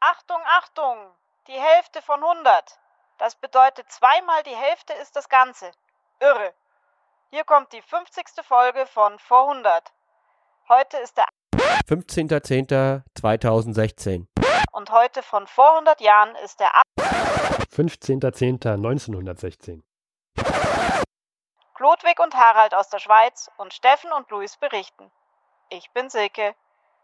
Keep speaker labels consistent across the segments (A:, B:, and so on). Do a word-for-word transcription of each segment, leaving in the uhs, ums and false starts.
A: Achtung, Achtung, die Hälfte von hundert. Das bedeutet, zweimal die Hälfte ist das Ganze. Irre. Hier kommt die fünfzigste Folge von Vor hundert. Heute ist der
B: fünfzehnter zehnter zweitausendsechzehn.
A: Und heute von vor hundert Jahren ist der
C: fünfzehnter zehnter neunzehnhundertsechzehn.
A: Chlodwig und Harald aus der Schweiz und Steffen und Luis berichten. Ich bin Silke.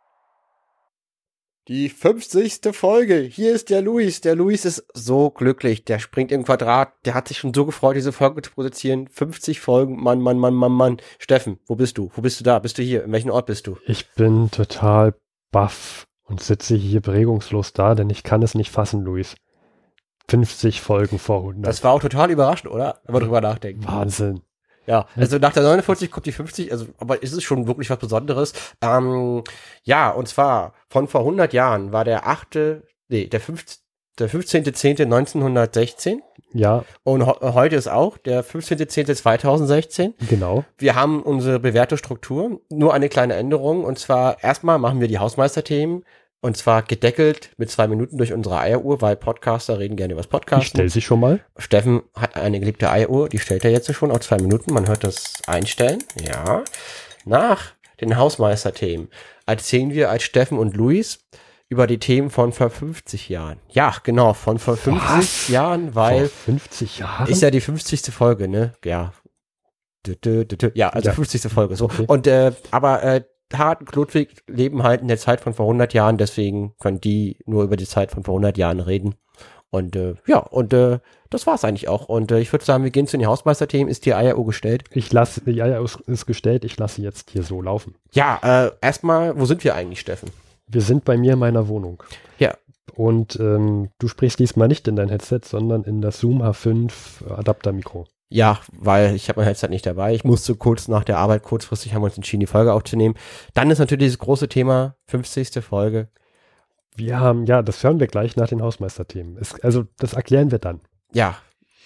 B: Die fünfzigste Folge. Hier ist der Luis. Der Luis ist so glücklich. Der springt im Quadrat. Der hat sich schon so gefreut, diese Folge zu produzieren. fünfzig Folgen. Mann, Mann, Mann, Mann, Mann. Steffen, wo bist du? Wo bist du da? Bist du hier? In welchem Ort bist du?
C: Ich bin total baff und sitze hier regungslos da, denn ich kann es nicht fassen, Luis. fünfzig Folgen vor hundert.
B: Das war auch total überraschend, oder? Wenn man drüber nachdenkt.
C: Wahnsinn.
B: Ja, also nach der neunundvierzig kommt die fünfzig, also, aber ist es schon wirklich was Besonderes. Ähm, ja, und zwar von vor hundert Jahren war der achte, nee, der fünfzehnte der fünfzehnter zehnter neunzehnhundertsechzehn.
C: Ja.
B: Und ho- heute ist auch der fünfzehnter zehnter zweitausendsechzehn.
C: Genau.
B: Wir haben unsere bewährte Struktur, nur eine kleine Änderung. Und zwar erstmal machen wir die Hausmeisterthemen. Und zwar gedeckelt mit zwei Minuten durch unsere Eieruhr, weil Podcaster reden gerne über das Podcasten.
C: Ich stell sie schon mal.
B: Steffen hat eine geliebte Eieruhr, die stellt er jetzt schon auf zwei Minuten. Man hört das einstellen. Ja. Nach den Hausmeisterthemen erzählen wir als Steffen und Luis über die Themen von vor fünfzig Jahren. Ja, genau, von vor fünfzig
C: Was?
B: Jahren, weil
C: Vor fünfzig Jahren?
B: ist ja die fünfzigste Folge, ne? Ja. Dü, dü, dü, dü. Ja, also
C: Ja.
B: fünfzigste Folge. So.
C: Okay.
B: Und äh, aber äh, Hart und Chlodwig leben halt in der Zeit von vor hundert Jahren, deswegen können die nur über die Zeit von vor hundert Jahren reden. Und äh, ja, und äh, das war's eigentlich auch. Und äh, ich würde sagen, wir gehen zu den Hausmeisterthemen. Ist die Eieruhr gestellt?
C: Ich lasse, die Eier ist, ist gestellt, ich lasse sie jetzt hier so laufen.
B: Ja, äh, erstmal, wo sind wir eigentlich, Steffen?
C: Wir sind bei mir in meiner Wohnung.
B: Ja.
C: Und ähm, du sprichst diesmal nicht in dein Headset, sondern in das Zoom H fünf Adaptermikro.
B: Ja, weil ich habe mein Headset nicht dabei. Ich musste kurz nach der Arbeit, kurzfristig haben wir uns entschieden, die Folge aufzunehmen. Dann ist natürlich dieses große Thema, fünfzigste Folge.
C: Wir haben, ja, das hören wir gleich nach den Hausmeisterthemen. Es, also das erklären wir dann.
B: Ja,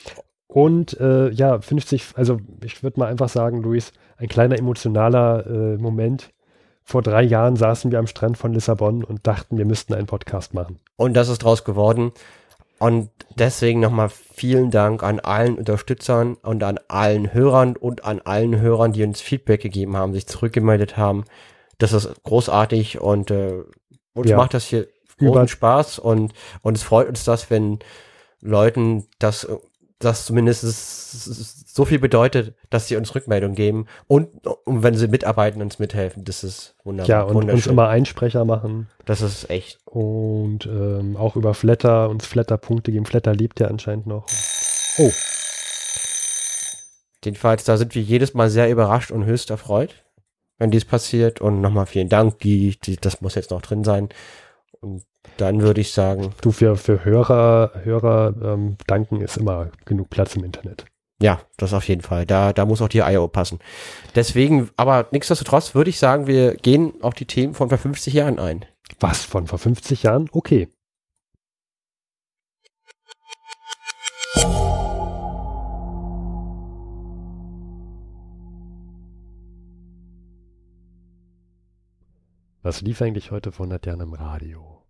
C: Und äh, ja, fünfzig, also ich würde mal einfach sagen, Luis, ein kleiner emotionaler äh, Moment. Vor drei Jahren saßen wir am Strand von Lissabon und dachten, wir müssten einen Podcast machen.
B: und das ist draus geworden. Und deswegen nochmal vielen Dank an allen Unterstützern und an allen Hörern und an allen Hörern, die uns Feedback gegeben haben, sich zurückgemeldet haben. Das ist großartig und äh, uns
C: Ja.
B: macht das hier
C: Über-
B: großen Spaß und, und es freut uns das, wenn Leuten das, das zumindest so viel bedeutet, dass sie uns Rückmeldung geben und, und wenn sie mitarbeiten, uns mithelfen. Das ist wunderbar.
C: Ja, und uns
B: wunderschön.
C: immer Einsprecher machen
B: Das ist echt.
C: und ähm, auch über Flatter, uns Flatter-Punkte geben. Flatter lebt ja anscheinend noch. Oh,
B: Jedenfalls, da sind wir jedes Mal sehr überrascht und höchst erfreut, wenn dies passiert. Und nochmal vielen Dank, die, die, das muss jetzt noch drin sein. Und dann würde ich sagen,
C: du, für, für Hörer, Hörer ähm, danken ist immer genug Platz im Internet.
B: ja, das auf jeden Fall. Da, da muss auch die Eieruhr passen. Deswegen, aber nichtsdestotrotz würde ich sagen, wir gehen auf die Themen von vor fünfzig Jahren ein.
C: Was, von vor fünfzig Jahren? Okay. Was lief eigentlich heute vor hundert Jahren im Radio?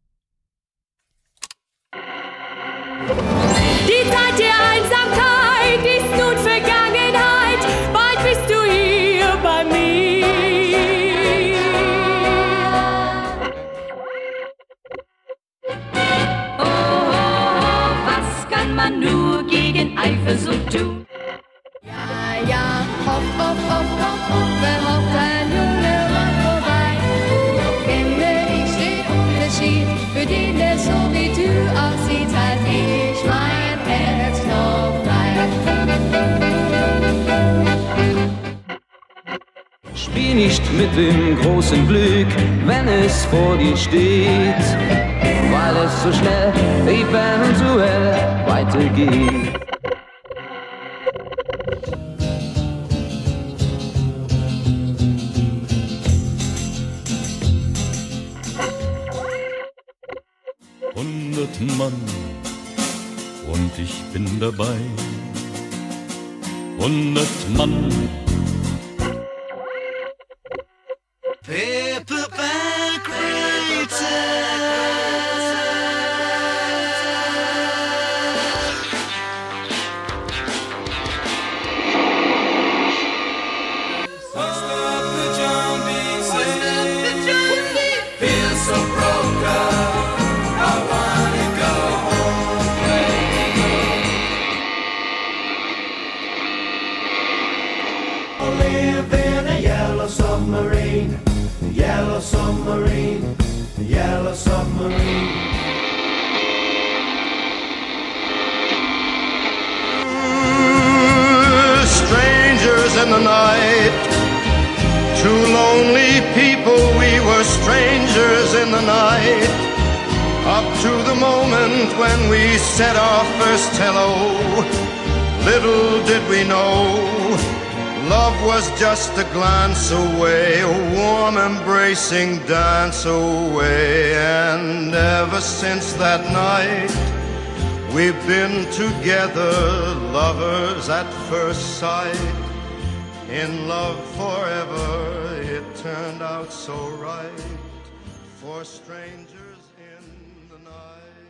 D: Die Zeit der Einsamkeit ist nun Vergangenheit. Bald bist du hier bei mir. Oh, oh, was kann man nur gegen Eifersucht tun? Ja, ja, hopp, hopp, hopp, hopp, hopp, wer hoppt ein Junge Mann vorbei. Doch kenne ich den Unterschied, für den der so wie du aussieht, halt ich mein Herz noch frei.
E: Spiel nicht mit dem großen Glück, wenn es vor dir steht, weil es so schnell, eventuell weitergeht.
F: Hundert Mann und ich bin dabei. Hundert Mann. Paperback Writer.
G: submarine. Strangers in the night, two lonely people, we were strangers in the night, up to the moment when we said our first hello. Little did we know, love was just a glance away, a warm embracing dance away. And ever since that night, we've been together, lovers at first sight, in love forever. It turned out so right, for strangers in the night.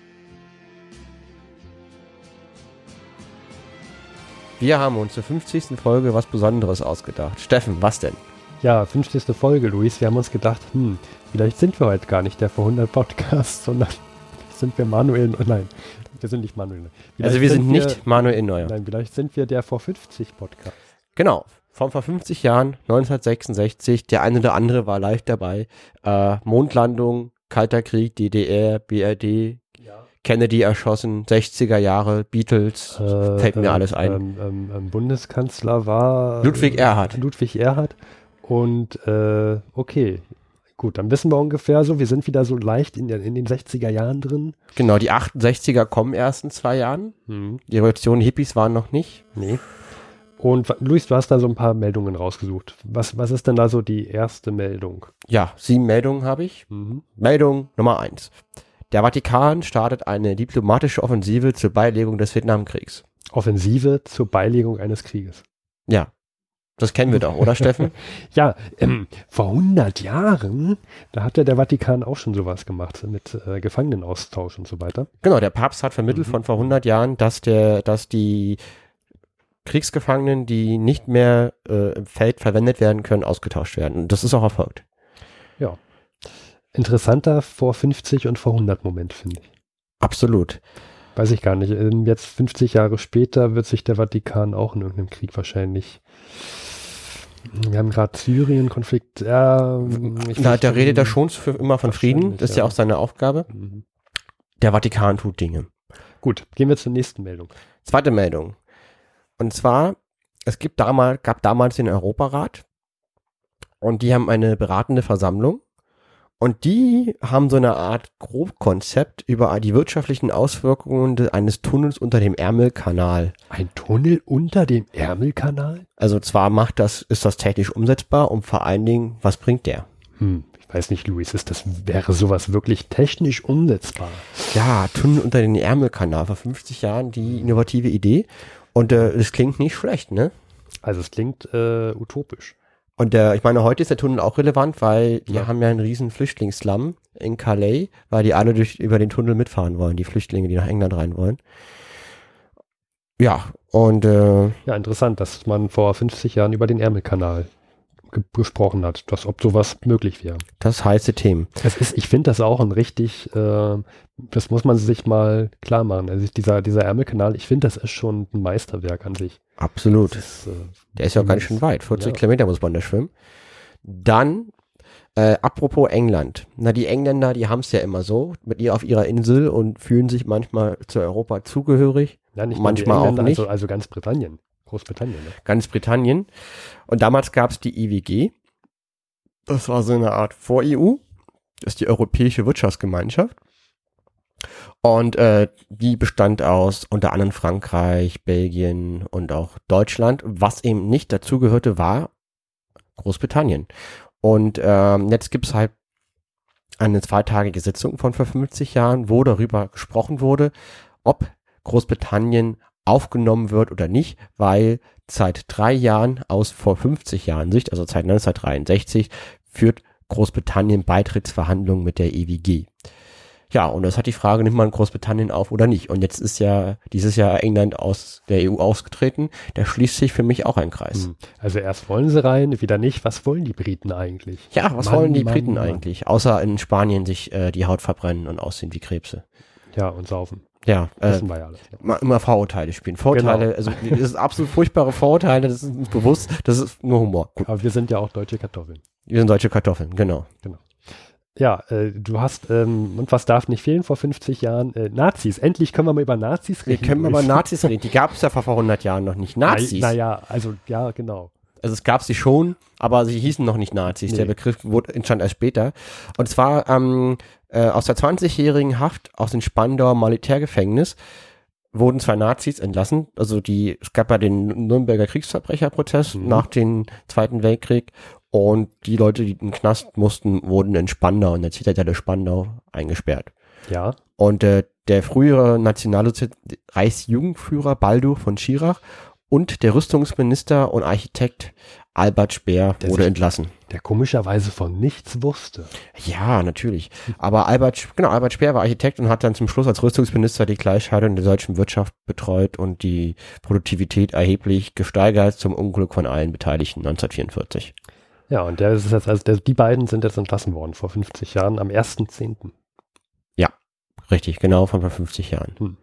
B: Wir haben uns zur fünfzigsten Folge was Besonderes ausgedacht. Steffen, was denn?
C: Ja, fünfzigste Folge, Luis. Wir haben uns gedacht, hm, vielleicht sind wir heute gar nicht der vor hundert Podcast, sondern sind wir Manuel, nein, wir sind nicht Manuel.
B: Also wir sind, sind wir, nicht Manuel Neuer.
C: Nein, vielleicht sind wir der vor fünfzig Podcast.
B: Genau, von vor fünfzig Jahren, neunzehnhundertsechsundsechzig, der eine oder andere war live dabei. Äh, Mondlandung, Kalter Krieg, D D R, B R D, ja. Kennedy erschossen, sechziger Jahre, Beatles, äh, fällt mir äh, alles ein.
C: Ähm, ähm, ähm, Bundeskanzler war
B: Ludwig Erhard.
C: Ludwig Erhard und äh, okay. Gut, dann wissen wir ungefähr so, wir sind wieder so leicht in, der, in den sechziger Jahren drin.
B: Genau, die achtundsechziger kommen erst in zwei Jahren. Mhm. Die Revolution Hippies waren noch nicht.
C: Nee. Und Luis, du hast da so ein paar Meldungen rausgesucht. Was, was ist denn da so die erste Meldung?
B: Ja, sieben Meldungen habe ich. Mhm. Meldung Nummer eins. Der Vatikan startet eine diplomatische Offensive zur Beilegung des Vietnamkriegs.
C: Offensive zur Beilegung eines Krieges.
B: Ja. Das kennen wir doch, oder Steffen?
C: Ja, ähm, vor hundert Jahren, da hat ja der Vatikan auch schon sowas gemacht mit äh, Gefangenenaustausch und so weiter.
B: Genau, der Papst hat vermittelt mhm. von vor hundert Jahren, dass der, dass die Kriegsgefangenen, die nicht mehr äh, im Feld verwendet werden können, ausgetauscht werden. Und das ist auch erfolgt.
C: Ja. Interessanter vor fünfzig und vor hundert Moment, finde ich.
B: Absolut.
C: Weiß ich gar nicht. Jetzt fünfzig Jahre später wird sich der Vatikan auch in irgendeinem Krieg wahrscheinlich. Wir haben gerade Syrien-Konflikt. Ja,
B: Na, der redet da schon für immer von Frieden. Das ist ja, ja auch seine Aufgabe. Mhm. Der Vatikan tut Dinge.
C: Gut, gehen wir zur nächsten Meldung.
B: Zweite Meldung. Und zwar, es gibt damals, gab damals den Europarat und die haben eine beratende Versammlung. Und die haben so eine Art Grobkonzept über die wirtschaftlichen Auswirkungen de, eines Tunnels unter dem Ärmelkanal.
C: Ein Tunnel unter dem Ärmelkanal?
B: Also zwar macht das, ist das technisch umsetzbar und vor allen Dingen, was bringt der?
C: Hm, ich weiß nicht, Luis, ist das, wäre sowas wirklich technisch umsetzbar?
B: Ja, Tunnel unter den Ärmelkanal, vor fünfzig Jahren die innovative Idee. Und äh, es klingt nicht schlecht, ne?
C: Also es klingt äh, utopisch.
B: Und der, ich meine, heute ist der Tunnel auch relevant, weil die ja. haben ja einen riesen Flüchtlingsslum in Calais, weil die alle durch über den Tunnel mitfahren wollen, die Flüchtlinge, die nach England rein wollen. Ja, und äh,
C: ja, interessant, dass man vor fünfzig Jahren über den Ärmelkanal ge- gesprochen hat, dass ob sowas möglich wäre.
B: Das heiße Themen.
C: Das ist, ich finde das auch ein richtig, äh, das muss man sich mal klar machen. Also dieser, dieser Ärmelkanal, ich finde, das ist schon ein Meisterwerk an sich.
B: Absolut. Ist, äh, der ist ja auch ganz schön weit. vierzig ja. Kilometer muss man da schwimmen. Dann, äh, apropos England. Na, die Engländer, die haben es ja immer so mit ihr auf ihrer Insel und fühlen sich manchmal zu Europa zugehörig.
C: Ja, nicht
B: manchmal auch nicht.
C: Also, also ganz Britannien. Großbritannien. Ne?
B: Ganz Britannien. Und damals gab es die I W G. Das war so eine Art Vor-E U. Das ist die Europäische Wirtschaftsgemeinschaft. Und äh, die bestand aus unter anderem Frankreich, Belgien und auch Deutschland. Was eben nicht dazugehörte, war Großbritannien. Und ähm, jetzt gibt es halt eine zweitagige Sitzung von vor fünfzig Jahren, wo darüber gesprochen wurde, ob Großbritannien aufgenommen wird oder nicht, weil seit drei Jahren aus vor fünfzig Jahren Sicht, also seit neunzehnhundertdreiundsechzig, führt Großbritannien Beitrittsverhandlungen mit der E W G. Ja, und das hat die Frage, nimmt man Großbritannien auf oder nicht? Und jetzt ist ja dieses Jahr England aus der E U ausgetreten. Da schließt sich für mich auch ein Kreis.
C: Also erst wollen sie rein, wieder nicht. Was wollen die Briten eigentlich?
B: Ja, was
C: Mann,
B: wollen die
C: Mann,
B: Briten
C: Mann.
B: eigentlich? Außer in Spanien sich äh, die Haut verbrennen und aussehen wie Krebse.
C: Ja, und saufen.
B: Ja, äh,
C: wissen wir ja alles. Ja.
B: Immer Vorurteile spielen. Vorurteile,
C: Genau.
B: also das ist absolut furchtbare Vorurteile, das ist uns bewusst, das ist nur Humor. Gut.
C: Aber wir sind ja auch deutsche Kartoffeln.
B: Wir sind deutsche Kartoffeln, genau.
C: Genau. Ja, äh, du hast, ähm, und was darf nicht fehlen vor fünfzig Jahren? Äh, Nazis. Endlich können wir mal über Nazis
B: Wir
C: reden.
B: können über Nazis reden. Die gab es ja vor hundert Jahren noch nicht. Nazis.
C: Naja, also, ja, genau.
B: Also es gab sie schon, aber sie hießen noch nicht Nazis.
C: Nee.
B: Der Begriff wurde, entstand erst später. Und zwar ähm, äh, aus der zwanzigjährigen Haft aus dem Spandauer Militärgefängnis wurden zwei Nazis entlassen. Also die, es gab ja den Nürnberger Kriegsverbrecherprozess
C: Mhm.
B: nach dem Zweiten Weltkrieg. Und die Leute, die in den Knast mussten, wurden in Spandau, in der Zitadelle Spandau, eingesperrt.
C: Ja.
B: Und äh, der frühere Nationalsozial- Reichsjugendführer Baldur von Schirach und der Rüstungsminister und Architekt Albert Speer
C: Der
B: wurde
C: sich-
B: entlassen.
C: Der komischerweise von nichts wusste.
B: Ja, natürlich. Aber Albert, genau, Albert Speer war Architekt und hat dann zum Schluss als Rüstungsminister die Gleichschaltung der deutschen Wirtschaft betreut und die Produktivität erheblich gesteigert zum Unglück von allen Beteiligten neunzehnhundertvierundvierzig.
C: Ja, und der ist jetzt, also der, die beiden sind jetzt entlassen worden vor fünfzig Jahren am ersten zehnten
B: Richtig, genau, von vor fünfzig Jahren.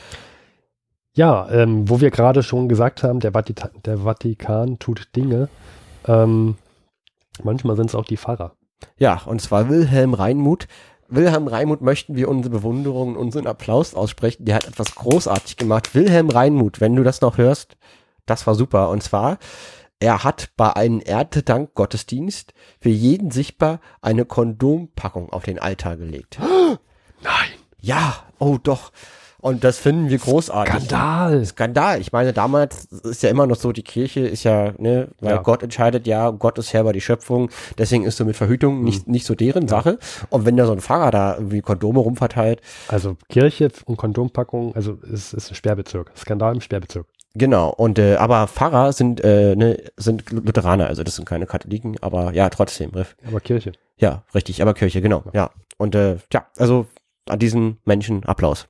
C: Ja, ähm, wo wir gerade schon gesagt haben, der, Vatika der Vatikan tut Dinge. Ähm, manchmal sind es auch die Pfarrer.
B: Ja, und zwar Wilhelm Reinmuth. Wilhelm Reinmuth möchten wir unsere Bewunderung und unseren Applaus aussprechen. Der hat etwas großartig gemacht. Wilhelm Reinmuth, wenn du das noch hörst, das war super. Und zwar, er hat bei einem Erntedank-Gottesdienst für jeden sichtbar eine Kondompackung auf den Altar gelegt.
C: Nein.
B: Ja, oh doch. Und das finden wir großartig.
C: Skandal.
B: Skandal. Ich meine, damals ist ja immer noch so, die Kirche ist ja, ne, weil
C: Ja.
B: Gott entscheidet ja, Gott ist Herr über die Schöpfung, deswegen ist so mit Verhütung nicht, nicht so deren Sache. Und wenn da so ein Pfarrer da irgendwie Kondome rumverteilt,
C: Also Kirche und Kondompackung, also es ist ein Sperrbezirk. Skandal im Sperrbezirk.
B: genau. Und äh, aber Pfarrer sind, äh, ne, sind Lutheraner, also das sind keine Katholiken, aber ja, trotzdem.
C: Aber Kirche.
B: Ja, richtig, aber Kirche, genau, ja. Und äh, ja, also an diesen Menschen Applaus.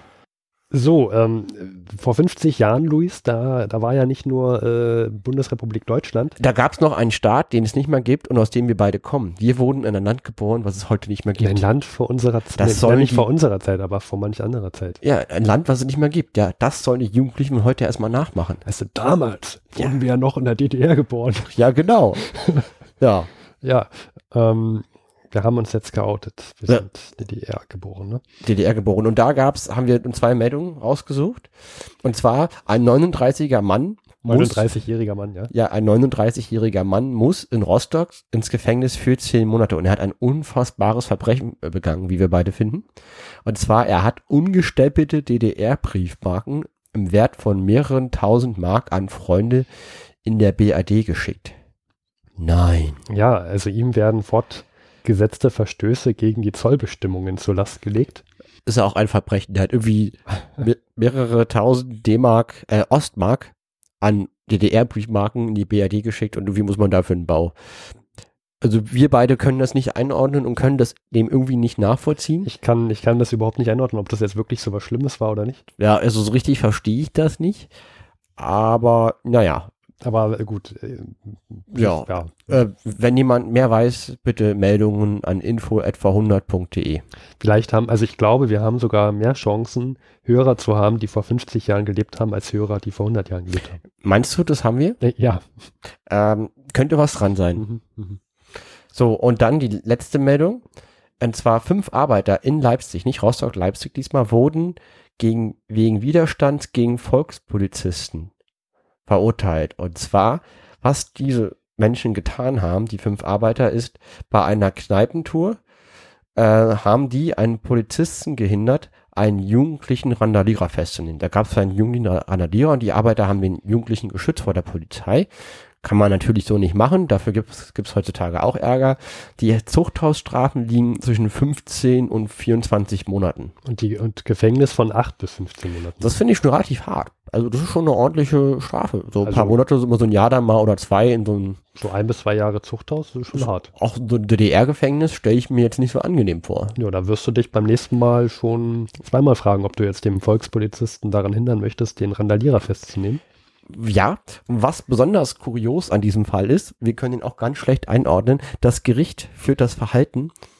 C: So, ähm, vor fünfzig Jahren, Luis, da, da war ja nicht nur äh, Bundesrepublik Deutschland.
B: Da gab es noch einen Staat, den es nicht mehr gibt und aus dem wir beide kommen. Wir wurden in ein Land geboren, was es heute nicht mehr gibt.
C: Ein Land vor unserer Zeit.
B: Das sollen
C: nicht
B: die-
C: vor unserer Zeit, aber vor manch anderer Zeit.
B: Ja, ein Land, was es nicht mehr gibt. Ja, das sollen die Jugendlichen heute erstmal nachmachen.
C: Also damals wurden wir ja noch in der D D R geboren.
B: Ja, genau. Ja,
C: Ja, ähm, wir haben uns jetzt geoutet. Wir
B: Ja.
C: sind D D R geboren, ne?
B: D D R geboren. Und da gab's, haben wir zwei Meldungen rausgesucht. Und zwar ein neununddreißiger Mann muss,
C: neununddreißigjähriger Mann, ja.
B: ja, ein neununddreißigjähriger Mann muss in Rostock ins Gefängnis für zehn Monate. Und er hat ein unfassbares Verbrechen äh, begangen, wie wir beide finden. Und zwar, er hat ungestemppelte D D R-Briefmarken im Wert von mehreren tausend Mark an Freunde in der B R D geschickt. Nein.
C: Ja, also ihm werden fortgesetzte Verstöße gegen die Zollbestimmungen zur Last gelegt.
B: Ist ja auch ein Verbrechen. Der hat irgendwie me- mehrere tausend D-Mark, äh, Ostmark an D D R-Briefmarken in die B R D geschickt und irgendwie muss man dafür einen Bau. Also wir beide können das nicht einordnen und können das dem irgendwie nicht nachvollziehen.
C: Ich kann, ich kann das überhaupt nicht einordnen, ob das jetzt wirklich so was Schlimmes war oder nicht.
B: Ja, also so richtig verstehe ich das nicht. Aber naja,
C: Aber äh, gut. Äh,
B: Ja.
C: ja.
B: äh, wenn jemand mehr weiß, bitte Meldungen an info at vierhundert punkt de.
C: Vielleicht haben, also ich glaube, wir haben sogar mehr Chancen, Hörer zu haben, die vor fünfzig Jahren gelebt haben, als Hörer, die vor hundert Jahren gelebt haben.
B: Meinst du, das haben wir?
C: Äh, ja.
B: Ähm, könnte was dran sein.
C: Mhm, mhm.
B: So, und dann die letzte Meldung. Und zwar fünf Arbeiter in Leipzig, nicht Rostock, Leipzig diesmal, wurden gegen, wegen Widerstands gegen Volkspolizisten verurteilt. Und zwar, was diese Menschen getan haben, die fünf Arbeiter, ist, bei einer Kneipentour äh, haben die einen Polizisten gehindert, einen jugendlichen Randalierer festzunehmen. Da gab es einen jugendlichen Randalierer und die Arbeiter haben den Jugendlichen geschützt vor der Polizei. Kann man natürlich so nicht machen, dafür gibt es heutzutage auch Ärger. Die Zuchthausstrafen liegen zwischen fünfzehn und vierundzwanzig Monaten.
C: Und, die, und Gefängnis von acht bis fünfzehn Monaten.
B: Das finde ich schon relativ hart. Also das ist schon eine ordentliche Strafe. So ein
C: Also-
B: paar Monate, so immer so ein Jahr dann mal oder zwei in so ein,
C: So ein bis zwei Jahre Zuchthaus ist schon hart.
B: auch so ein D D R-Gefängnis stelle ich mir jetzt nicht so angenehm vor.
C: Ja, da wirst du dich beim nächsten Mal schon zweimal fragen, ob du jetzt dem Volkspolizisten daran hindern möchtest, den Randalierer festzunehmen.
B: Ja, was besonders kurios an diesem Fall ist, wir können ihn auch ganz schlecht einordnen, das Gericht führt das Verhalten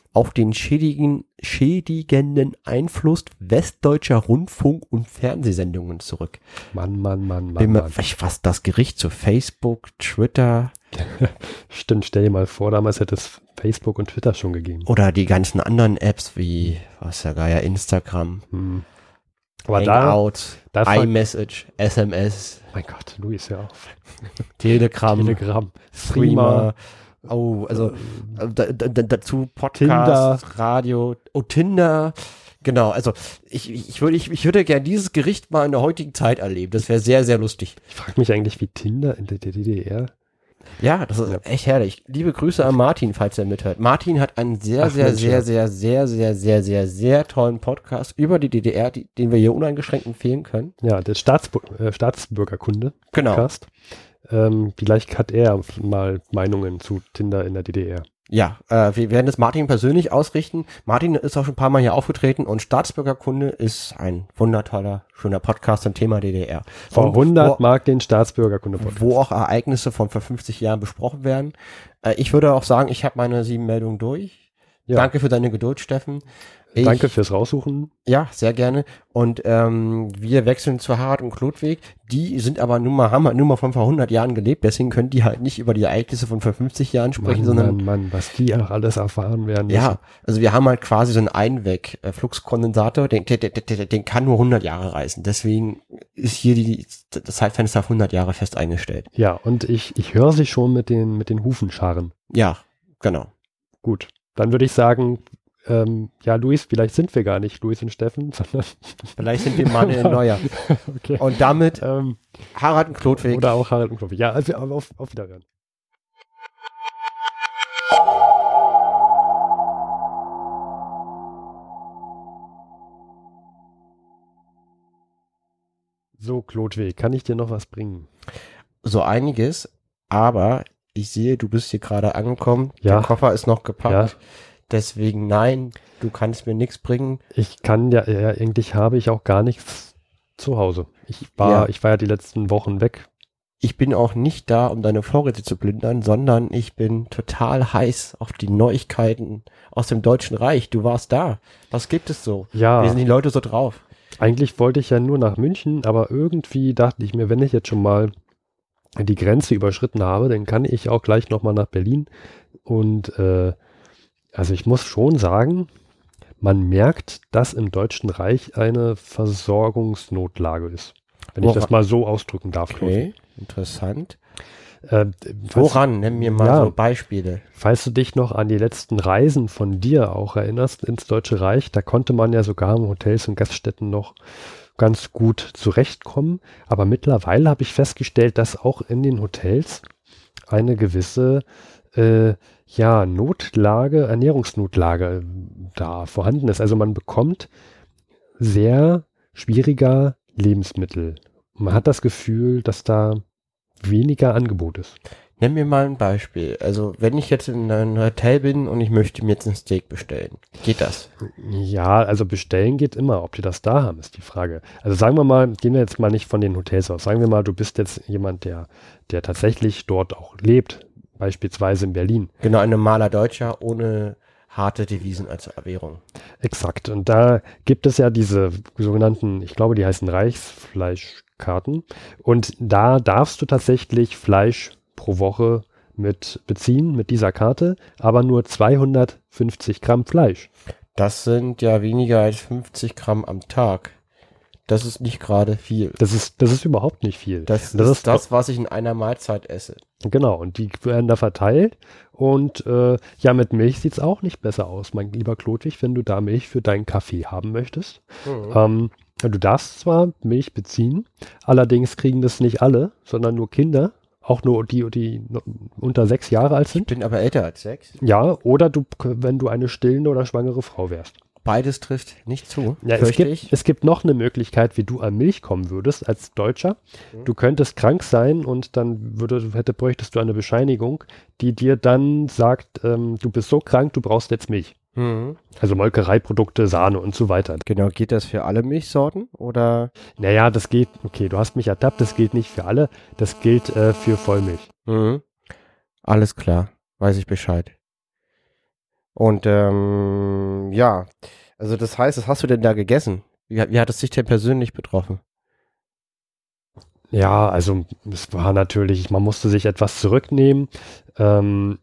B: auf den schädigen, schädigenden Einfluss westdeutscher Rundfunk- und Fernsehsendungen zurück.
C: Mann, Mann, Mann, Mann,
B: Bin mir,
C: Mann.
B: was das Gericht zu Facebook, Twitter
C: Stimmt, stell dir mal vor, damals hätte es Facebook und Twitter schon gegeben.
B: oder die ganzen anderen Apps wie, was ja Geier, Instagram,
C: Hm. Aber da,
B: Hangout,
C: da frag-
B: iMessage, S M S,
C: mein Gott, Luis, ja auf.
B: Telegram,
C: Telegram,
B: Streamer. Oh, also äh, da, da, da, dazu Podcast, Radio, oh, Tinder. Genau, also ich, ich, würde, ich, ich würde gerne dieses Gericht mal in der heutigen Zeit erleben. Das wäre sehr, sehr lustig.
C: Ich frage mich eigentlich, wie Tinder in der D D R.
B: Ja, das ist
C: Ja.
B: echt herrlich. Liebe Grüße an Martin, falls er mithört. Martin hat einen sehr,
C: Ach,
B: sehr,
C: Mensch,
B: sehr,
C: ja.
B: sehr, sehr, sehr, sehr, sehr, sehr tollen Podcast über die D D R, die, den wir hier uneingeschränkt empfehlen können.
C: Ja, der Staatsbu äh, Staatsbürgerkunde
B: Genau.
C: Podcast. Ähm, vielleicht hat er mal Meinungen zu Tinder in der D D R.
B: Ja, äh, wir werden es Martin persönlich ausrichten. Martin ist auch schon ein paar Mal hier aufgetreten und Staatsbürgerkunde ist ein wundertoller, schöner Podcast zum Thema D D R.
C: Vor
B: Und
C: hundert
B: wo,
C: Mark den Staatsbürgerkunde-Podcast.
B: wo auch Ereignisse von vor fünfzig Jahren besprochen werden. Äh, ich würde auch sagen, ich habe meine sieben Meldungen durch.
C: Ja.
B: Danke für deine Geduld, Steffen. Ich,
C: Danke fürs Raussuchen.
B: Ja, sehr gerne. Und ähm, wir wechseln zu Harald und Klodwig. Die sind aber nun mal, haben halt nur mal von vor hundert Jahren gelebt, deswegen können die halt nicht über die Ereignisse von vor fünfzig Jahren sprechen,
C: Mann,
B: sondern
C: Mann, Mann, was die auch alles erfahren werden.
B: ja, also wir haben halt quasi so einen Einweg-Fluxkondensator, den, den, den, den kann nur hundert Jahre reisen. Deswegen ist hier die, das Zeitfenster auf hundert Jahre fest eingestellt.
C: Ja, und ich, ich höre sie schon mit den, mit den Hufen scharren.
B: Ja, genau.
C: Gut, dann würde ich sagen, ähm, ja, Luis, vielleicht sind wir gar nicht Luis und Steffen, sondern
B: Vielleicht sind wir Manuel Neuer.
C: okay.
B: Und damit
C: ähm,
B: Harald und Klodwig.
C: oder auch Harald und Kloppi. Ja, also auf, auf Wiederhören. So, Klodwig, kann ich dir noch was bringen?
B: So einiges, aber ich sehe, du bist hier gerade angekommen.
C: Ja.
B: Der Koffer ist noch gepackt.
C: Ja.
B: Deswegen nein, du kannst mir nichts bringen.
C: Ich kann ja, ja, eigentlich habe ich auch gar nichts zu Hause. Ich war,
B: Ja.
C: ich war ja die letzten Wochen weg.
B: Ich bin auch nicht da, um deine Vorräte zu plündern, sondern ich bin total heiß auf die Neuigkeiten aus dem Deutschen Reich. Du warst da. Was gibt es so?
C: Ja.
B: Wie sind die Leute so drauf?
C: Eigentlich wollte ich ja nur nach München, aber irgendwie dachte ich mir, wenn ich jetzt schon mal die Grenze überschritten habe, dann kann ich auch gleich nochmal nach Berlin. Und äh, also ich muss schon sagen, man merkt, dass im Deutschen Reich eine Versorgungsnotlage ist. Wenn ich
B: Woran?
C: das mal so ausdrücken darf.
B: Okay, interessant.
C: Äh, falls,
B: Woran? Nenn mir mal
C: Ja.
B: so Beispiele.
C: falls du dich noch an die letzten Reisen von dir auch erinnerst ins Deutsche Reich, da konnte man ja sogar in Hotels und Gaststätten noch ganz gut zurechtkommen. Aber mittlerweile habe ich festgestellt, dass auch in den Hotels eine gewisse äh, ja, Notlage, Ernährungsnotlage da vorhanden ist. Also man bekommt sehr schwieriger Lebensmittel. Man hat das Gefühl, dass da weniger Angebot ist.
B: Nenn mir mal ein Beispiel. Also, wenn ich jetzt in einem Hotel bin und ich möchte mir jetzt ein Steak bestellen, geht das?
C: Ja, also bestellen geht immer. Ob die das da haben, ist die Frage. Also sagen wir mal, gehen wir jetzt mal nicht von den Hotels aus. Sagen wir mal, du bist jetzt jemand, der, der tatsächlich dort auch lebt. Beispielsweise in Berlin.
B: Genau, ein normaler Deutscher ohne harte Devisen als Währung.
C: Exakt. Und da gibt es ja diese sogenannten, ich glaube, die heißen Reichsfleischkarten. Und da darfst du tatsächlich Fleisch pro Woche mit beziehen, mit dieser Karte, aber nur zweihundertfünfzig Gramm Fleisch.
B: Das sind ja weniger als fünfzig Gramm am Tag. Das ist nicht gerade viel.
C: Das ist, das ist überhaupt nicht viel.
B: Das,
C: das
B: ist das, was ich in einer Mahlzeit esse.
C: Genau, und die werden da verteilt. Und äh, ja, mit Milch sieht es auch nicht besser aus, mein lieber Klodwig, wenn du da Milch für deinen Kaffee haben möchtest.
B: Mhm.
C: Ähm, ja, du darfst zwar Milch beziehen, allerdings kriegen das nicht alle, sondern nur Kinder, auch nur die, die unter sechs Jahre alt
B: Ich
C: sind.
B: bin aber älter als sechs.
C: Ja, oder du, wenn du eine stillende oder schwangere Frau wärst.
B: Beides trifft nicht zu,
C: Ja, es
B: fürchte
C: gibt,
B: ich.
C: es gibt noch eine Möglichkeit, wie du an Milch kommen würdest als Deutscher.
B: Mhm.
C: Du könntest krank sein und dann würde, hätte, bräuchtest du eine Bescheinigung, die dir dann sagt, ähm, du bist so krank, du brauchst jetzt Milch.
B: Mhm.
C: Also Molkereiprodukte, Sahne und so weiter.
B: Genau, geht das für alle Milchsorten oder?
C: Naja, das geht, okay, du hast mich ertappt, das gilt nicht für alle, das gilt äh, für Vollmilch.
B: Mhm. Alles klar, weiß ich Bescheid. Und ähm, ja, also das heißt, was hast du denn da gegessen? Wie, hat- wie hat es dich denn persönlich betroffen?
C: Ja, also es war natürlich, man musste sich etwas zurücknehmen. Ähm,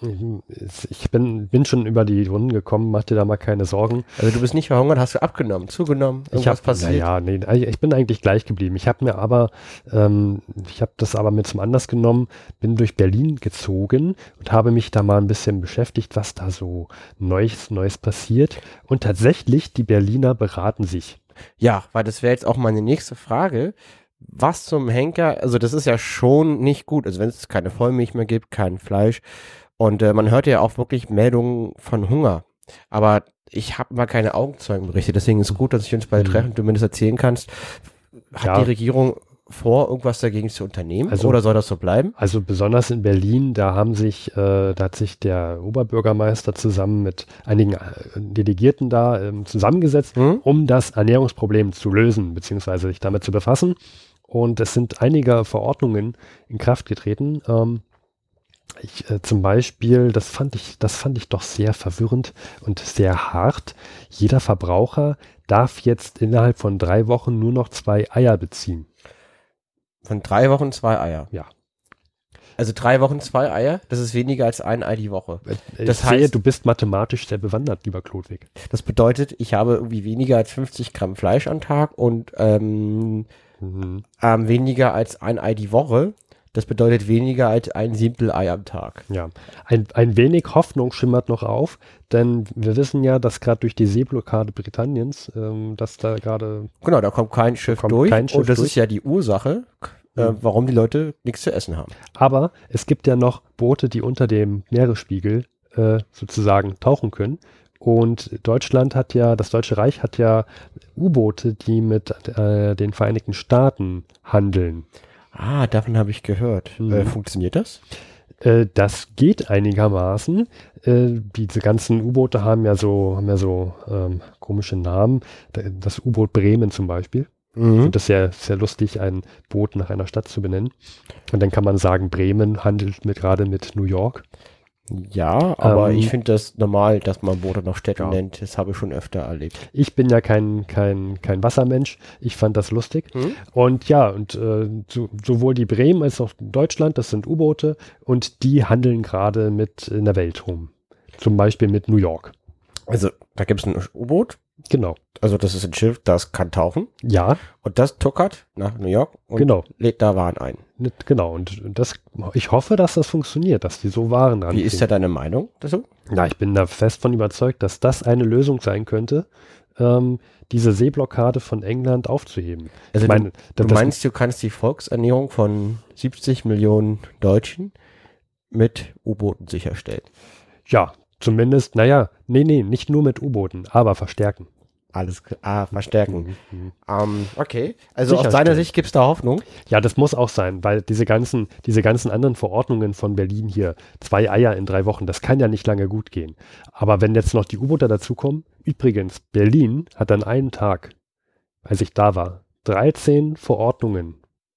C: ich bin, bin schon über die Runden gekommen, mach dir da mal keine Sorgen.
B: Also du bist nicht verhungert, hast du abgenommen, zugenommen,
C: Ich
B: irgendwas
C: habe,
B: passiert?
C: naja, nee, ich bin eigentlich gleich geblieben. Ich habe mir aber, ähm, ich habe das aber mit zum Anlass genommen, bin durch Berlin gezogen und habe mich da mal ein bisschen beschäftigt, was da so Neues, Neues passiert. Und tatsächlich, die Berliner beraten sich.
B: Ja, weil das wäre jetzt auch meine nächste Frage. Was zum Henker, also das ist ja schon nicht gut, also wenn es keine Vollmilch mehr gibt, kein Fleisch und äh, man hört ja auch wirklich Meldungen von Hunger, aber ich habe mal keine Augenzeugenberichte, deswegen ist es gut, dass ich uns beide
C: Mhm.
B: treffen, du mir das erzählen kannst. Hat
C: Ja.
B: die Regierung vor, irgendwas dagegen zu unternehmen
C: Also-
B: oder soll das so bleiben?
C: Also besonders in Berlin, da haben sich, äh, da hat sich der Oberbürgermeister zusammen mit einigen äh, Delegierten da ähm, zusammengesetzt,
B: Hm?
C: um das Ernährungsproblem zu lösen, beziehungsweise sich damit zu befassen. Und es sind einige Verordnungen in Kraft getreten. Ähm, ich, äh, zum Beispiel, das fand ich, das fand ich doch sehr verwirrend und sehr hart. Jeder Verbraucher darf jetzt innerhalb von drei Wochen nur noch zwei Eier beziehen.
B: Von drei Wochen zwei Eier.
C: Ja.
B: Also drei Wochen zwei Eier, das ist weniger als ein Ei die Woche.
C: Ich
B: Das
C: sehe,
B: heißt-
C: du bist mathematisch sehr bewandert, lieber Klodwig.
B: Das bedeutet, ich habe irgendwie weniger als fünfzig Gramm Fleisch am Tag und ähm,
C: Mhm.
B: ähm, weniger als ein Ei die Woche. Das bedeutet weniger als ein Siebtel Ei am Tag.
C: Ja, ein, ein wenig Hoffnung schimmert noch auf, denn wir wissen ja, dass gerade durch die Seeblockade Britanniens, ähm, dass da gerade,
B: Genau, da kommt kein Schiff
C: Kommt
B: durch
C: kein Schiff
B: und das
C: durch.
B: ist ja die Ursache, äh,
C: Mhm.
B: warum die Leute nichts zu essen haben.
C: aber es gibt ja noch Boote, die unter dem Meeresspiegel äh, sozusagen tauchen können. Und Deutschland hat ja, das Deutsche Reich hat ja U-Boote, die mit äh, den Vereinigten Staaten handeln.
B: Ah, davon habe ich gehört.
C: Mhm.
B: Äh, funktioniert das?
C: Äh, das geht einigermaßen. Äh, diese ganzen U-Boote haben ja so, haben ja so ähm, komische Namen. Da- Das U-Boot Bremen zum Beispiel. Ich
B: Mhm.
C: finde das sehr, sehr lustig, ein Boot nach einer Stadt zu benennen. Und dann kann man sagen, Bremen handelt mit gerade mit New York.
B: Ja, aber
C: Ähm,
B: ich finde das normal, dass man Boote noch Städte
C: Ja.
B: nennt. Das habe ich schon öfter erlebt.
C: Ich bin ja kein, kein, kein Wassermensch. Ich fand das lustig.
B: Hm?
C: Und ja, und äh, so, sowohl die Bremen als auch Deutschland, das sind U-Boote und die handeln gerade mit in der Welt rum. Zum Beispiel mit New York.
B: Also, da gibt es ein U-Boot.
C: Genau.
B: Also, das ist ein Schiff, das kann tauchen.
C: Ja,
B: Und das tuckert nach New York und
C: genau.
B: lädt da Waren ein.
C: Nicht- Genau. Und das, ich hoffe, dass das funktioniert, dass die so Waren
B: Wie
C: ranbringen.
B: ist da deine Meinung dazu?
C: Ja, ich bin da fest von überzeugt, dass das eine Lösung sein könnte, ähm, diese Seeblockade von England aufzuheben.
B: Also
C: ich meine,
B: Du
C: das,
B: meinst, du kannst die Volksernährung von siebzig Millionen Deutschen mit U-Booten sicherstellen?
C: ja, zumindest, naja, nee, nee, nicht nur mit U-Booten, aber verstärken.
B: Alles klar. Ah, verstärken.
C: Mhm.
B: Ähm, okay. Also aus
C: Sicherstellen.
B: deiner Sicht gibt es da Hoffnung?
C: Ja, das muss auch sein, weil diese ganzen, diese ganzen anderen Verordnungen von Berlin hier, zwei Eier in drei Wochen, das kann ja nicht lange gut gehen. Aber wenn jetzt noch die U-Boote dazukommen, übrigens, Berlin hat an einem Tag, als ich da war, dreizehn Verordnungen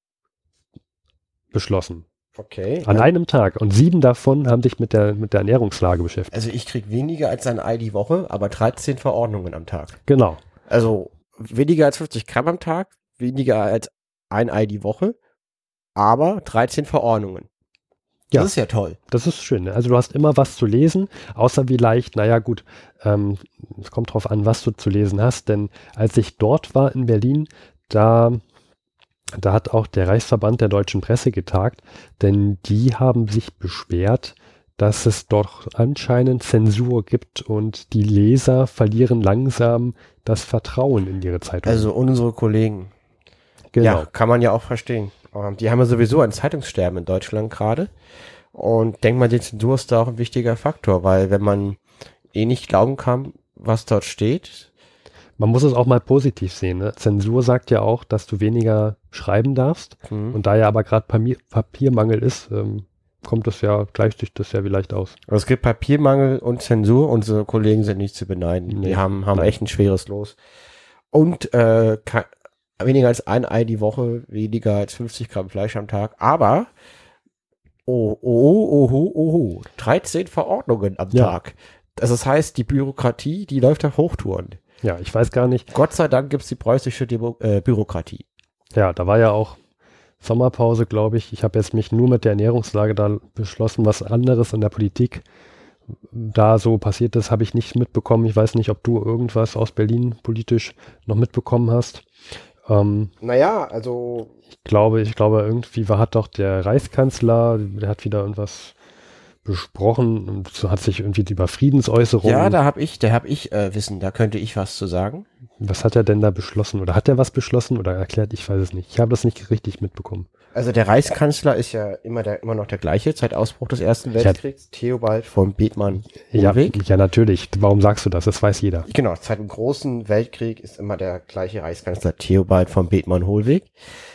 C: beschlossen.
B: Okay.
C: An einem Tag. Und sieben davon haben sich mit der, mit der Ernährungslage beschäftigt.
B: Also ich krieg weniger als ein Ei die Woche, aber dreizehn Verordnungen am Tag.
C: Genau.
B: Also weniger als fünfzig Gramm am Tag, weniger als ein Ei die Woche, aber dreizehn Verordnungen. Das
C: Ja.
B: ist ja toll.
C: Das ist schön. Ne? Also du hast immer was zu lesen, außer vielleicht, naja gut, ähm, es kommt drauf an, was du zu lesen hast, denn als ich dort war in Berlin, da, da hat auch der Reichsverband der deutschen Presse getagt, denn die haben sich beschwert, dass es doch anscheinend Zensur gibt und die Leser verlieren langsam das Vertrauen in ihre Zeitung.
B: Also unsere Kollegen.
C: genau.
B: Ja, kann man ja auch verstehen. Ähm, Die haben ja sowieso ein Zeitungssterben in Deutschland gerade. Und denk mal, die Zensur ist da auch ein wichtiger Faktor, weil wenn man eh nicht glauben kann, was dort steht,
C: Man muss es auch mal positiv sehen. Ne? Zensur sagt ja auch, dass du weniger schreiben darfst.
B: hm,
C: Und da ja aber gerade Papier, Papiermangel ist, ähm, kommt das ja, gleicht sich das ja vielleicht aus.
B: also es gibt Papiermangel und Zensur. Unsere Kollegen sind nicht zu beneiden.
C: Nee,
B: die haben, haben
C: nein.
B: echt ein schweres Los. Und äh, ke- weniger als ein Ei die Woche, weniger als fünfzig Gramm Fleisch am Tag. Aber, oh, oh, oh, oh, oh, dreizehn Verordnungen am
C: Ja.
B: Tag. Also das heißt, die Bürokratie, die läuft auf Hochtouren.
C: Ja, ich weiß gar nicht.
B: Gott sei Dank gibt es die preußische Demo äh, Bürokratie.
C: Ja, da war ja auch Sommerpause, glaube ich. Ich habe jetzt mich nur mit der Ernährungslage da beschlossen, was anderes in der Politik da so passiert ist, habe ich nicht mitbekommen. Ich weiß nicht, ob du irgendwas aus Berlin politisch noch mitbekommen hast. Ähm,
B: naja, also
C: ich glaube, ich glaube, irgendwie war, hat doch der Reichskanzler, der hat wieder irgendwas besprochen und so hat sich irgendwie über Friedensäußerungen.
B: Ja, da habe ich, da habe ich äh, Wissen, da könnte ich was zu sagen.
C: Was hat er denn da beschlossen? Oder hat er was beschlossen oder erklärt? Ich weiß es nicht. Ich habe das nicht richtig mitbekommen.
B: Also der Reichskanzler ist ja immer der immer noch der gleiche, seit Ausbruch des Ersten Weltkriegs, Theobald von Bethmann-Hollweg.
C: Ja, ja, natürlich. Warum sagst du das? Das weiß jeder.
B: Genau, seit dem Großen Weltkrieg ist immer der gleiche Reichskanzler Theobald von Bethmann-Hollweg.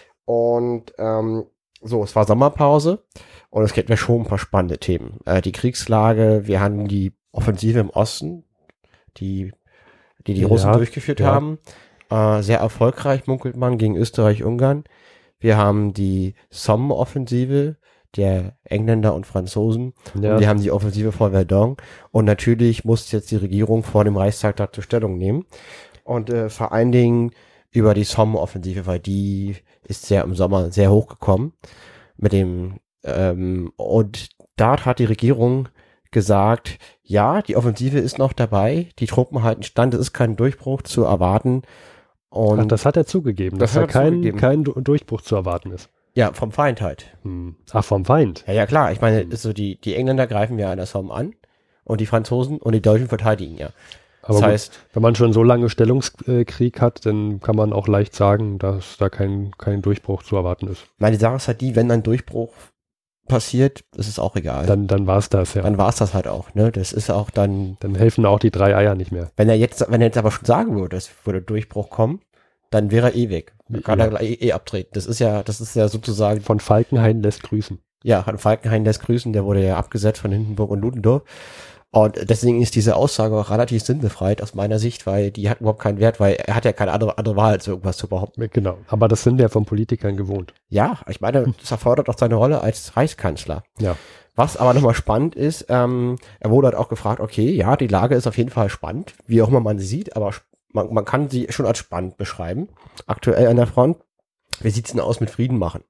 B: Und ähm, so, es war Sommerpause und es gibt ja schon ein paar spannende Themen. Äh, die Kriegslage, wir hatten die Offensive im Osten, die die, die Russen
C: ja,
B: durchgeführt
C: ja.
B: haben. Äh, sehr erfolgreich, munkelt man, gegen Österreich-Ungarn. Wir haben die Somme-Offensive der Engländer und Franzosen.
C: Ja.
B: Und wir haben die Offensive von Verdun. Und natürlich muss jetzt die Regierung vor dem Reichstag dazu Stellung nehmen. Und äh, vor allen Dingen über die Somme-Offensive, weil die ist sehr im Sommer sehr hochgekommen. Mit dem ähm, und dort hat die Regierung gesagt, ja, die Offensive ist noch dabei, die Truppen halten stand, es ist kein Durchbruch zu erwarten. Und
C: Ach, das hat er zugegeben,
B: das
C: dass
B: hat
C: da
B: er
C: kein,
B: zugegeben.
C: kein Du- Durchbruch zu erwarten ist.
B: ja, vom Feind halt.
C: Hm. Ach, vom Feind.
B: Ja, ja, klar. Ich meine, so die, die Engländer greifen ja an der Somme an und die Franzosen und die Deutschen verteidigen ja.
C: Aber
B: das
C: gut,
B: heißt,
C: wenn man schon so lange Stellungskrieg hat, dann kann man auch leicht sagen, dass da kein, kein Durchbruch zu erwarten ist.
B: meine Sache ist halt die, wenn ein Durchbruch passiert, ist es auch egal.
C: Dann, dann war es das, ja.
B: Dann war es das halt auch, ne? Das ist auch dann,
C: Dann helfen auch die drei Eier nicht mehr.
B: wenn er jetzt, wenn er jetzt aber schon sagen würde, es würde Durchbruch kommen, dann wäre er eh weg. Dann kann
C: Ja.
B: er eh, eh abtreten. Das ist ja, das ist ja sozusagen,
C: Von Falkenhayn lässt grüßen.
B: ja, Herrn Falkenhayn lässt grüßen, der wurde ja abgesetzt von Hindenburg und Ludendorff. Und deswegen ist diese Aussage auch relativ sinnbefreit aus meiner Sicht, weil die hat überhaupt keinen Wert, weil er hat ja keine andere, andere Wahl, als irgendwas zu behaupten.
C: Genau. Aber das sind wir von Politikern gewohnt.
B: Ja, ich meine, das erfordert auch seine Rolle als Reichskanzler.
C: Ja.
B: Was aber nochmal spannend ist, ähm, er wurde halt auch gefragt, okay, ja, die Lage ist auf jeden Fall spannend, wie auch immer man sie sieht, aber man, man kann sie schon als spannend beschreiben. Aktuell an der Front. Wie sieht's denn aus mit Frieden machen?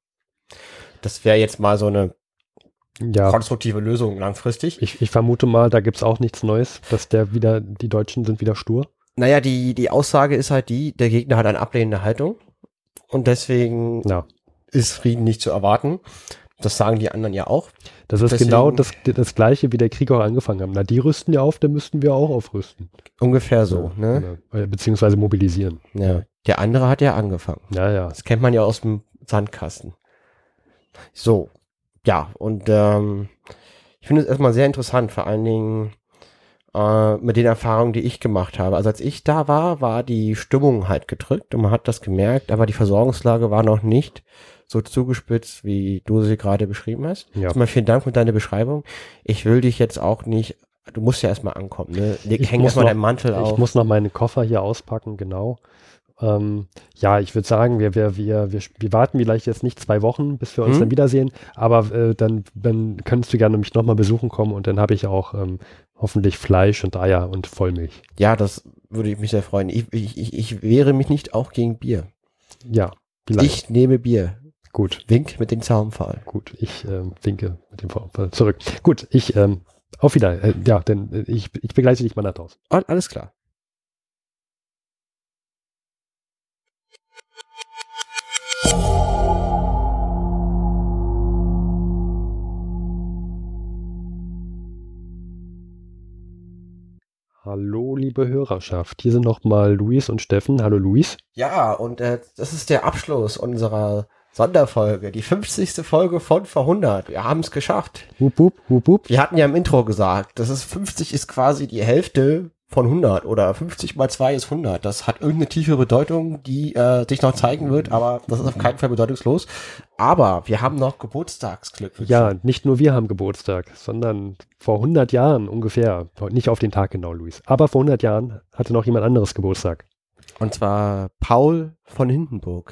B: Das wäre jetzt mal so eine
C: Ja.
B: konstruktive Lösung langfristig.
C: Ich, ich vermute mal, da gibt's auch nichts Neues, dass der wieder, die Deutschen sind wieder stur.
B: Naja, die, die Aussage ist halt die, der Gegner hat eine ablehnende Haltung und deswegen
C: Ja.
B: ist Frieden nicht zu erwarten. Das sagen die anderen ja auch.
C: Das ist
B: Deswegen-
C: genau das, das Gleiche, wie der Krieg auch angefangen haben. Na, die rüsten ja auf, dann müssten wir auch aufrüsten.
B: Ungefähr so, ne?
C: Ja. Beziehungsweise mobilisieren.
B: Ja. Der andere hat ja angefangen.
C: Ja, ja.
B: Das kennt man ja aus dem Sandkasten. So, ja, und ähm, ich finde es erstmal sehr interessant, vor allen Dingen äh, mit den Erfahrungen, die ich gemacht habe. Also als ich da war, war die Stimmung halt gedrückt und man hat das gemerkt, aber die Versorgungslage war noch nicht so zugespitzt, wie du sie gerade beschrieben hast.
C: Ja.
B: Erstmal vielen Dank für deine Beschreibung. Ich will dich jetzt auch nicht, du musst ja erstmal ankommen, ne? Leg,
C: Ich
B: häng
C: muss
B: erstmal
C: noch-
B: deinen Mantel
C: Ich
B: auf.
C: muss noch meine Koffer hier auspacken, genau. Ähm, ja, ich würde sagen, wir, wir, wir, wir, wir warten vielleicht jetzt nicht zwei Wochen, bis wir uns
B: Hm?
C: dann wiedersehen, aber äh, dann, dann könntest du gerne mich nochmal besuchen kommen und dann habe ich auch ähm, hoffentlich Fleisch und Eier und Vollmilch.
B: Ja, das würde ich mich sehr freuen. Ich, ich, ich, ich wehre mich nicht auch gegen Bier.
C: Ja, vielleicht.
B: Ich nehme Bier.
C: Gut,
B: Wink mit dem Zaunpfahl.
C: gut. Ich ähm, winke mit dem Vorfall zurück. Gut, ich, ähm, auf wieder. Äh, ja, denn äh, ich, ich begleite dich mal nach draußen.
B: Ah, alles klar.
C: Hallo, liebe Hörerschaft. Hier sind nochmal Luis und Steffen. Hallo, Luis.
B: Ja, und äh, das ist der Abschluss unserer Sonderfolge, die fünfzigste Folge von vor hundert. Wir haben es geschafft.
C: Hup, hup, hup, hup.
B: Wir hatten ja im Intro gesagt, das ist fünfzig ist quasi die Hälfte von hundert oder fünfzig mal zwei ist hundert. Das hat irgendeine tiefe Bedeutung, die äh, sich noch zeigen wird, aber das ist auf keinen Fall bedeutungslos. Aber wir haben noch Geburtstagsglückwünsche.
C: Ja, nicht nur wir haben Geburtstag, sondern vor hundert Jahren ungefähr, nicht auf den Tag genau, Luis, aber vor hundert Jahren hatte noch jemand anderes Geburtstag.
B: Und zwar Paul von Hindenburg.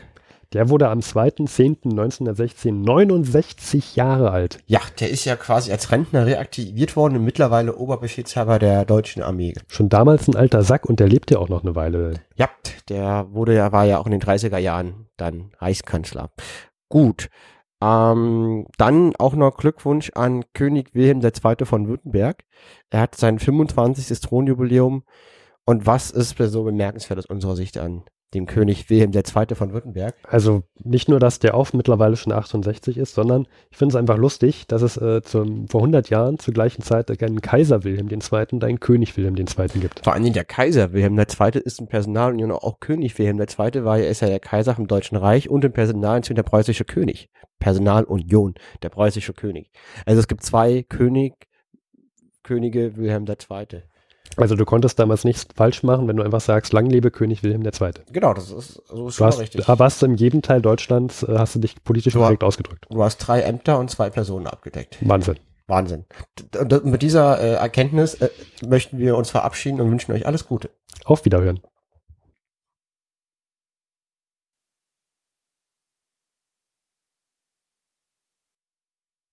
C: Der wurde am zweiten zehnten neunzehnhundertsechzehn neunundsechzig Jahre alt.
B: Ja, der ist ja quasi als Rentner reaktiviert worden und mittlerweile Oberbefehlshaber der deutschen Armee.
C: Schon damals ein alter Sack und der lebt ja auch noch eine Weile.
B: Ja, der wurde ja, war ja auch in den dreißiger Jahren dann Reichskanzler. Gut. Ähm, dann auch noch Glückwunsch an König Wilhelm der Zweite von Württemberg. Er hat sein fünfundzwanzigstes Thronjubiläum. Und was ist so bemerkenswert aus unserer Sicht an dem König Wilhelm der Zweite von Württemberg?
C: Also nicht nur, dass der auch mittlerweile schon achtundsechzig ist, sondern ich finde es einfach lustig, dass es äh, zum, vor hundert Jahren zur gleichen Zeit einen Kaiser Wilhelm der Zweite und einen König Wilhelm der Zweite gibt.
B: Vor allen Dingen der Kaiser Wilhelm der Zweite ist im Personalunion auch König Wilhelm der Zweite, weil er ist ja der Kaiser vom Deutschen Reich und im Personalunion der preußische König. Personalunion, der preußische König. Also es gibt zwei König, Könige Wilhelm der Zweite.
C: Also du konntest damals nichts falsch machen, wenn du einfach sagst, lang lebe König Wilhelm der Zweite.
B: Genau, das ist, so ist
C: du
B: schon
C: hast,
B: richtig.
C: Da warst du in jedem Teil Deutschlands, äh, hast du dich politisch
B: Du
C: korrekt ausgedrückt.
B: Du hast drei Ämter und zwei Personen abgedeckt.
C: Wahnsinn.
B: Wahnsinn. Und mit dieser äh, Erkenntnis äh, möchten wir uns verabschieden und wünschen euch alles Gute.
C: Auf Wiederhören.